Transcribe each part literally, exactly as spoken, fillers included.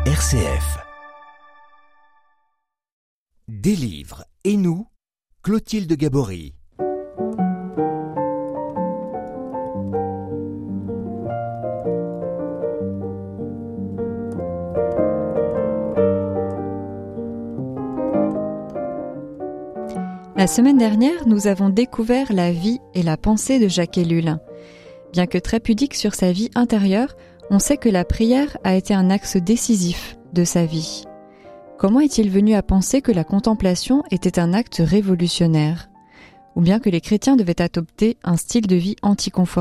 R C F. Des livres et nous, Clotilde Gabory. La semaine dernière, nous avons découvert la vie et la pensée de Jacques Ellul. Bien que très pudique sur sa vie intérieure, on sait que la prière a été un axe décisif de sa vie. Comment est-il venu à penser que la contemplation était un acte révolutionnaire ? Ou bien que les chrétiens devaient adopter un style de vie anticonformiste ?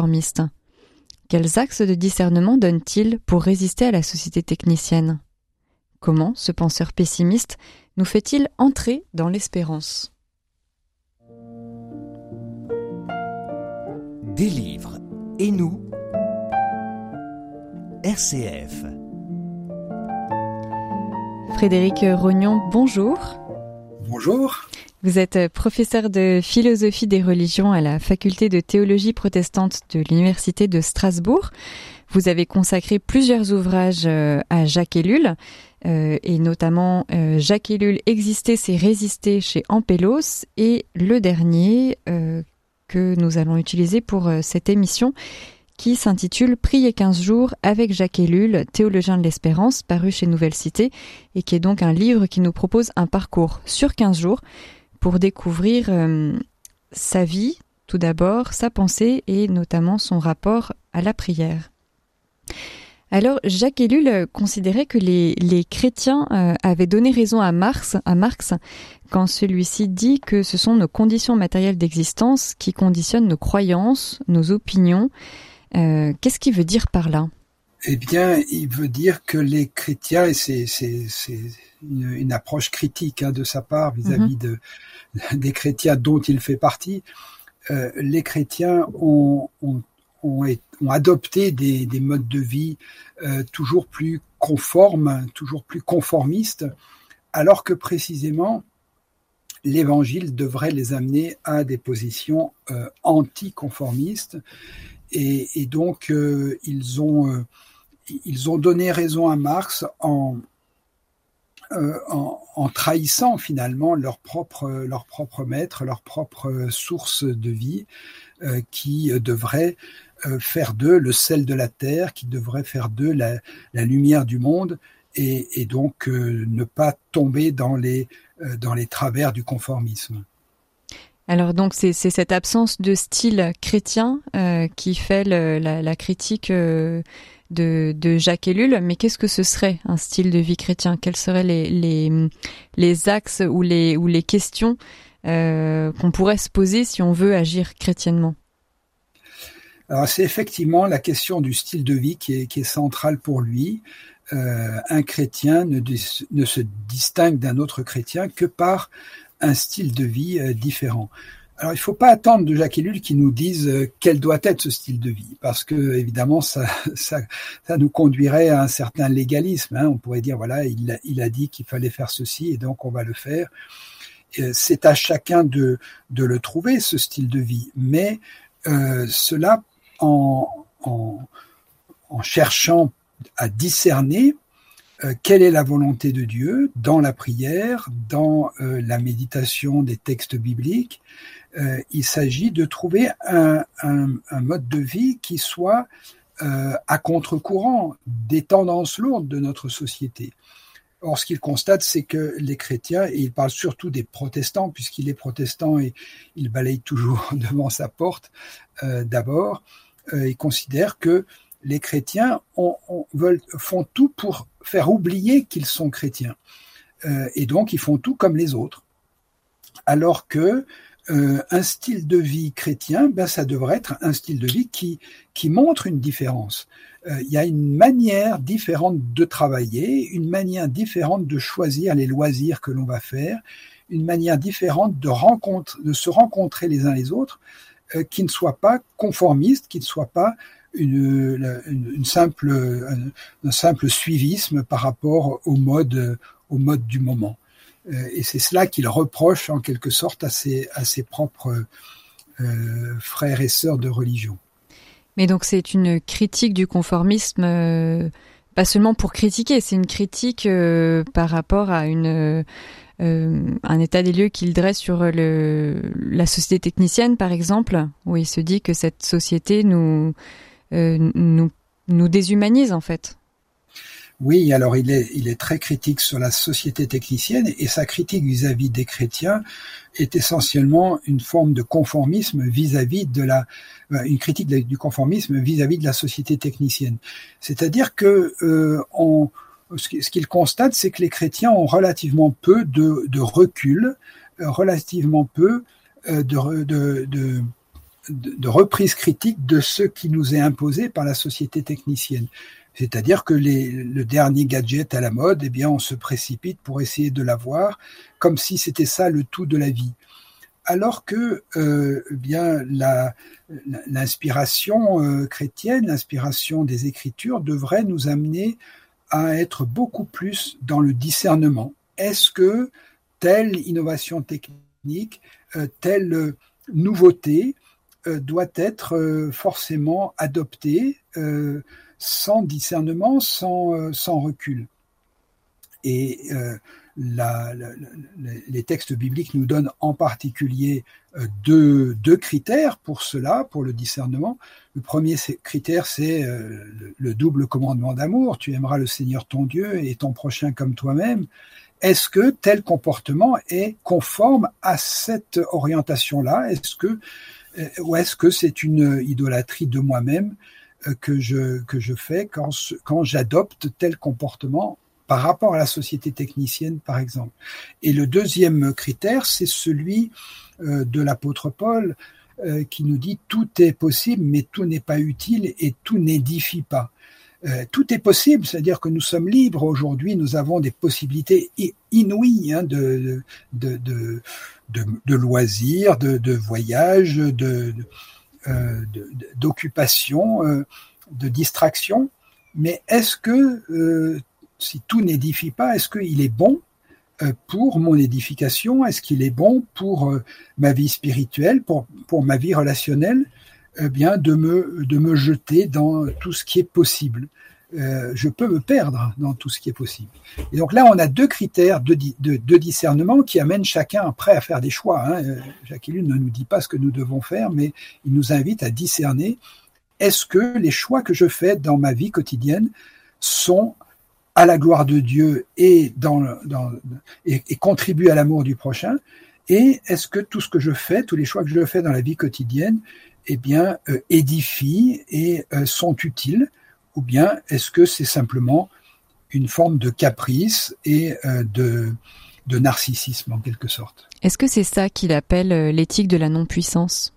Quels axes de discernement donne-t-il pour résister à la société technicienne ? Comment ce penseur pessimiste nous fait-il entrer dans l'espérance ? Des livres et nous, R C F. Frédéric Rognon, bonjour. Bonjour. Vous êtes professeur de philosophie des religions à la faculté de théologie protestante de l'université de Strasbourg. Vous avez consacré plusieurs ouvrages à Jacques Ellul, euh, et notamment euh, Jacques Ellul, Exister, c'est résister chez Ampélos, et le dernier euh, que nous allons utiliser pour euh, cette émission, qui s'intitule « Prier quinze jours avec Jacques Ellul, théologien de l'espérance », paru chez Nouvelle Cité, et qui est donc un livre qui nous propose un parcours sur quinze jours pour découvrir euh, sa vie, tout d'abord, sa pensée et notamment son rapport à la prière. Alors, Jacques Ellul considérait que les, les chrétiens euh, avaient donné raison à Marx, à Marx quand celui-ci dit que ce sont nos conditions matérielles d'existence qui conditionnent nos croyances, nos opinions. Euh, qu'est-ce qu'il veut dire par là ? Eh bien, il veut dire que les chrétiens, et c'est, c'est, c'est une, une approche critique hein, de sa part vis-à-vis mm-hmm. de, des chrétiens dont il fait partie, euh, les chrétiens ont, ont, ont, ont adopté des, des modes de vie euh, toujours plus conformes, toujours plus conformistes, alors que précisément, l'Évangile devrait les amener à des positions euh, anticonformistes. Et, et donc, euh, ils ont euh, ils ont donné raison à Marx en, euh, en, en trahissant finalement leur propre leur propre maître, leur propre source de vie, euh, qui devrait euh, faire d'eux le sel de la terre, qui devrait faire d'eux la, la lumière du monde, et, et donc euh, ne pas tomber dans les euh, dans les travers du conformisme. Alors donc c'est, c'est cette absence de style chrétien euh, qui fait le, la, la critique euh, de, de Jacques Ellul. Mais qu'est-ce que ce serait un style de vie chrétien ? Quels seraient les, les, les axes ou les, ou les questions euh, qu'on pourrait se poser si on veut agir chrétiennement ? Alors c'est effectivement la question du style de vie qui est, qui est centrale pour lui. Euh, un chrétien ne, ne se distingue d'un autre chrétien que par un style de vie euh, différent. Alors, il ne faut pas attendre de Jacques Ellul qu'il nous dise euh, quel doit être ce style de vie, parce que évidemment, ça, ça, ça nous conduirait à un certain légalisme. Hein. On pourrait dire, voilà, il a, il a dit qu'il fallait faire ceci, et donc on va le faire. Et c'est à chacun de, de le trouver, ce style de vie, mais euh, cela en, en, en cherchant à discerner Euh, quelle est la volonté de Dieu dans la prière, dans euh, la méditation des textes bibliques. Euh, il s'agit de trouver un, un, un mode de vie qui soit euh, à contre-courant des tendances lourdes de notre société. Or, ce qu'il constate, c'est que les chrétiens, et il parle surtout des protestants, puisqu'il est protestant et il balaye toujours devant sa porte euh, d'abord, euh, il considère que les chrétiens ont, ont, veulent, font tout pour faire oublier qu'ils sont chrétiens. Euh, et donc, ils font tout comme les autres. Alors que euh, un style de vie chrétien, ben, ça devrait être un style de vie qui, qui montre une différence. Euh, il y a une manière différente de travailler, une manière différente de choisir les loisirs que l'on va faire, une manière différente de, rencontre, de se rencontrer les uns les autres, euh, qui ne soit pas conformiste, qui ne soit pas Une, une, une simple, un, un simple suivisme par rapport au mode, au mode du moment. Et c'est cela qu'il reproche en quelque sorte à ses, à ses propres euh, frères et sœurs de religion. Mais donc c'est une critique du conformisme euh, pas seulement pour critiquer, c'est une critique euh, par rapport à une euh, un état des lieux qu'il dresse sur le la société technicienne, par exemple, où il se dit que cette société nous euh, nous nous déshumanise en fait. Oui, alors il est, il est très critique sur la société technicienne et sa critique vis-à-vis des chrétiens est essentiellement une forme de conformisme vis-à-vis de la, une critique du conformisme vis-à-vis de la société technicienne. C'est-à-dire que euh, on, ce qu'il constate, c'est que les chrétiens ont relativement peu de, de recul, relativement peu de, de, de, de, de reprise critique de ce qui nous est imposé par la société technicienne. C'est-à-dire que les, le dernier gadget à la mode, eh bien, on se précipite pour essayer de l'avoir, comme si c'était ça le tout de la vie. Alors que, euh, eh bien, la, l'inspiration euh, chrétienne, l'inspiration des Écritures devrait nous amener à être beaucoup plus dans le discernement. Est-ce que telle innovation technique, euh, telle nouveauté euh, doit être euh, forcément adoptée euh, sans discernement, sans, euh, sans recul. Et euh, la, la, la, les textes bibliques nous donnent en particulier euh, deux, deux critères pour cela, pour le discernement. Le premier critère, c'est euh, le, le double commandement d'amour. Tu aimeras le Seigneur ton Dieu et ton prochain comme toi-même. Est-ce que tel comportement est conforme à cette orientation-là? Est-ce que, euh, ou est-ce que c'est une idolâtrie de moi-même que je que je fais quand quand j'adopte tel comportement par rapport à la société technicienne, par exemple. Et le deuxième critère, c'est celui euh, de l'apôtre Paul euh, qui nous dit tout est possible, mais tout n'est pas utile et tout n'édifie pas. Euh, tout est possible, c'est-à-dire que nous sommes libres aujourd'hui, nous avons des possibilités inouïes hein, de, de, de, de, de loisirs, de, de voyages, de, de Euh, de, de, d'occupation, euh, de distraction, mais est-ce que, euh, si tout n'édifie pas, est-ce qu'il est bon euh, pour mon édification? Est-ce qu'il est bon pour euh, ma vie spirituelle, pour, pour ma vie relationnelle, eh bien, de me, de me jeter dans tout ce qui est possible? Euh, je peux me perdre dans tout ce qui est possible. Et donc là, on a deux critères de, de, de discernement qui amènent chacun après à faire des choix. Hein. Jacques Ellul ne nous dit pas ce que nous devons faire, mais il nous invite à discerner. Est-ce que les choix que je fais dans ma vie quotidienne sont à la gloire de Dieu et, dans, dans, et, et contribuent à l'amour du prochain? Et est-ce que tout ce que je fais, tous les choix que je fais dans la vie quotidienne, eh bien, euh, édifient et euh, sont utiles? Ou bien est-ce que c'est simplement une forme de caprice et euh, de, de narcissisme en quelque sorte? Est-ce que c'est ça qu'il appelle l'éthique de la non-puissance?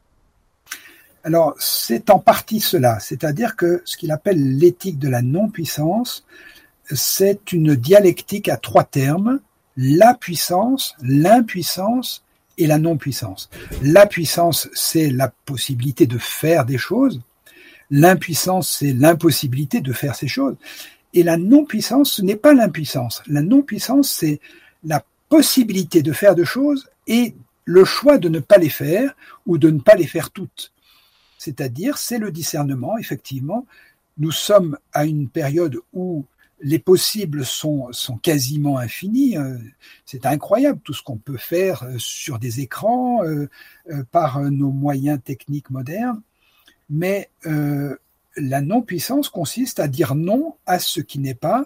Alors, c'est en partie cela. C'est-à-dire que ce qu'il appelle l'éthique de la non-puissance, c'est une dialectique à trois termes: la puissance, l'impuissance et la non-puissance. La puissance, c'est la possibilité de faire des choses. L'impuissance, c'est l'impossibilité de faire ces choses. Et la non-puissance, ce n'est pas l'impuissance. La non-puissance, c'est la possibilité de faire de choses et le choix de ne pas les faire ou de ne pas les faire toutes. C'est-à-dire, c'est le discernement, effectivement. Nous sommes à une période où les possibles sont, sont quasiment infinis. C'est incroyable tout ce qu'on peut faire sur des écrans, euh, euh, par nos moyens techniques modernes. Mais euh, la non-puissance consiste à dire non à ce qui n'est pas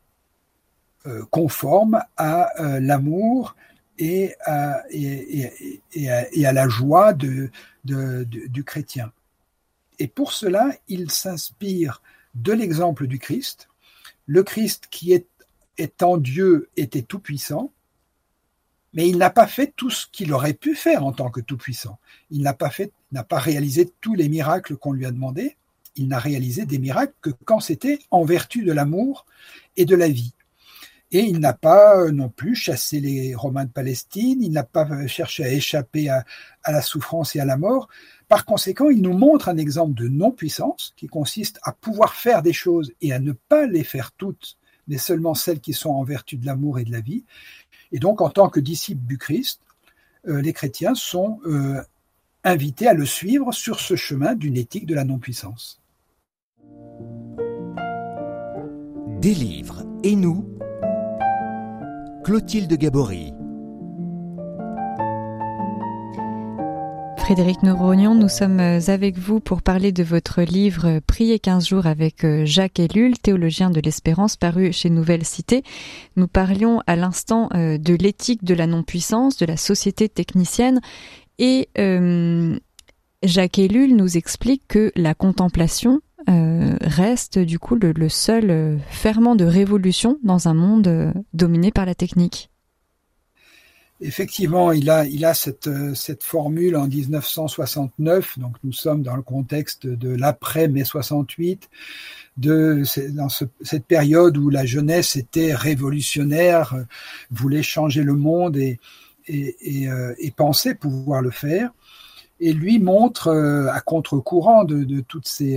euh, conforme à euh, l'amour et à, et, et, et, à, et à la joie de, de, de, du chrétien. Et pour cela, il s'inspire de l'exemple du Christ. Le Christ qui est, étant Dieu était tout-puissant, mais il n'a pas fait tout ce qu'il aurait pu faire en tant que tout-puissant. Il n'a pas fait, n'a pas réalisé tous les miracles qu'on lui a demandé. Il n'a réalisé des miracles que quand c'était en vertu de l'amour et de la vie. Et il n'a pas non plus chassé les Romains de Palestine, il n'a pas cherché à échapper à, à la souffrance et à la mort. Par conséquent, il nous montre un exemple de non-puissance qui consiste à pouvoir faire des choses et à ne pas les faire toutes, mais seulement celles qui sont en vertu de l'amour et de la vie. Et donc, en tant que disciples du Christ, euh, les chrétiens sont euh, invités à le suivre sur ce chemin d'une éthique de la non-puissance. Des livres et nous, Clotilde Gabory. Frédéric Nourognon, nous sommes avec vous pour parler de votre livre « Prier quinze jours » avec Jacques Ellul, théologien de l'espérance, paru chez Nouvelle Cité. Nous parlions à l'instant de l'éthique de la non-puissance, de la société technicienne, et euh, Jacques Ellul nous explique que la contemplation euh, reste du coup le, le seul ferment de révolution dans un monde dominé par la technique. Effectivement, il a, il a cette, cette formule en dix-neuf cent soixante-neuf, donc nous sommes dans le contexte de l'après-mai soixante-huit, de, dans ce, cette période où la jeunesse était révolutionnaire, voulait changer le monde et, et, et, et pensait pouvoir le faire. Et lui montre à contre-courant de, de toutes ces...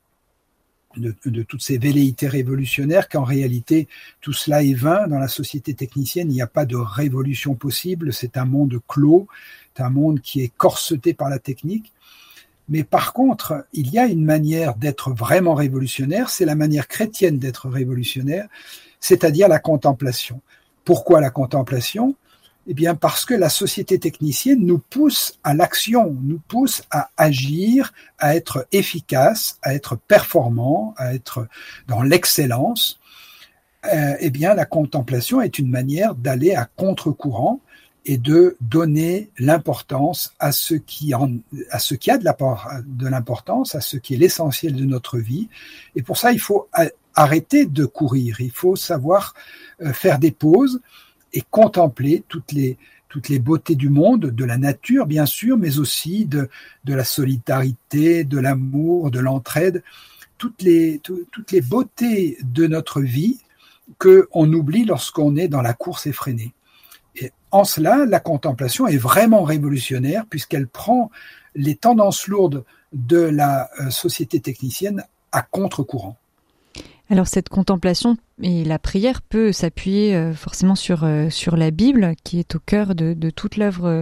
De, de toutes ces velléités révolutionnaires qu'en réalité tout cela est vain. Dans la société technicienne, il n'y a pas de révolution possible, c'est un monde clos, c'est un monde qui est corseté par la technique. Mais par contre, il y a une manière d'être vraiment révolutionnaire, c'est la manière chrétienne d'être révolutionnaire, c'est-à-dire la contemplation. Pourquoi la contemplation ? Eh bien, parce que la société technicienne nous pousse à l'action, nous pousse à agir, à être efficace, à être performant, à être dans l'excellence. Euh, eh bien, la contemplation est une manière d'aller à contre-courant et de donner l'importance à ce qui en, à ce qui a de, la, de l'importance, à ce qui est l'essentiel de notre vie. Et pour ça, il faut arrêter de courir. Il faut savoir euh, faire des pauses et contempler toutes les, toutes les beautés du monde, de la nature bien sûr, mais aussi de, de la solidarité, de l'amour, de l'entraide, toutes les, tout, toutes les beautés de notre vie qu'on oublie lorsqu'on est dans la course effrénée. Et en cela, la contemplation est vraiment révolutionnaire puisqu'elle prend les tendances lourdes de la société technicienne à contre-courant. Alors cette contemplation et la prière peut s'appuyer euh, forcément sur euh, sur la Bible qui est au cœur de, de toute l'œuvre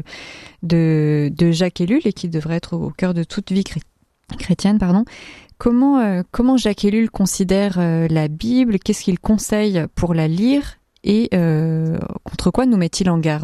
de de Jacques Ellul et qui devrait être au cœur de toute vie chré- chrétienne, pardon. Comment euh, comment Jacques Ellul considère euh, la Bible ? Qu'est-ce qu'il conseille pour la lire et euh, contre quoi nous met-il en garde ?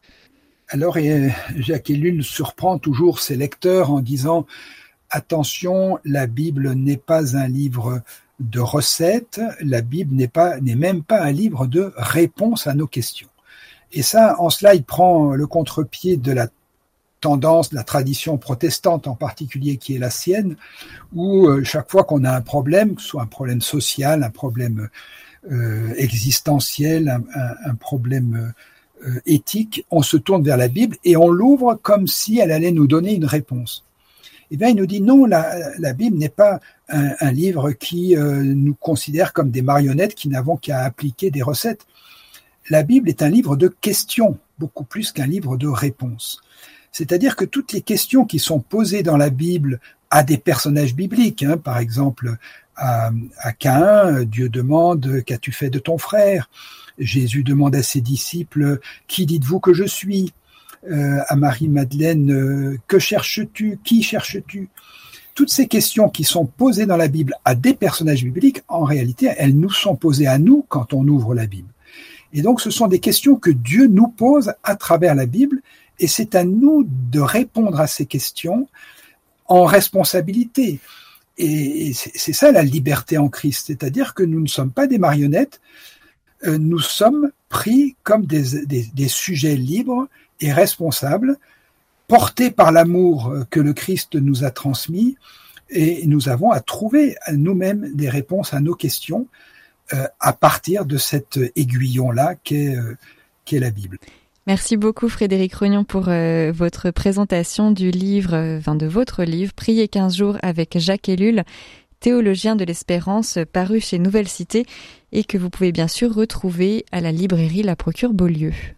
Alors et, Jacques Ellul surprend toujours ses lecteurs en disant attention, la Bible n'est pas un livre de recettes, la Bible n'est pas, n'est même pas un livre de réponses à nos questions. Et ça, en cela, il prend le contre-pied de la tendance, de la tradition protestante en particulier qui est la sienne, où euh, chaque fois qu'on a un problème, que ce soit un problème social, un problème euh, existentiel, un, un, un problème euh, éthique, on se tourne vers la Bible et on l'ouvre comme si elle allait nous donner une réponse. Eh bien, il nous dit non, la, la Bible n'est pas un, un livre qui euh, nous considère comme des marionnettes qui n'avons qu'à appliquer des recettes. La Bible est un livre de questions, beaucoup plus qu'un livre de réponses. C'est-à-dire que toutes les questions qui sont posées dans la Bible à des personnages bibliques, hein, par exemple à, à Caïn, Dieu demande « Qu'as-tu fait de ton frère ?» Jésus demande à ses disciples « Qui dites-vous que je suis ?» Euh, à Marie-Madeleine, euh, que cherches-tu ? Qui cherches-tu ? Toutes ces questions qui sont posées dans la Bible à des personnages bibliques, en réalité, elles nous sont posées à nous quand on ouvre la Bible. Et donc, ce sont des questions que Dieu nous pose à travers la Bible, et c'est à nous de répondre à ces questions en responsabilité. Et c'est, c'est ça la liberté en Christ, c'est-à-dire que nous ne sommes pas des marionnettes, euh, nous sommes pris comme des, des, des sujets libres et responsables, portés par l'amour que le Christ nous a transmis, et nous avons à trouver nous-mêmes des réponses à nos questions euh, à partir de cet aiguillon-là qu'est, euh, qu'est la Bible. Merci beaucoup Frédéric Rognon pour euh, votre présentation du livre, euh, enfin de votre livre, Prier quinze jours avec Jacques Ellul, théologien de l'espérance, paru chez Nouvelle Cité et que vous pouvez bien sûr retrouver à la librairie La Procure Beaulieu.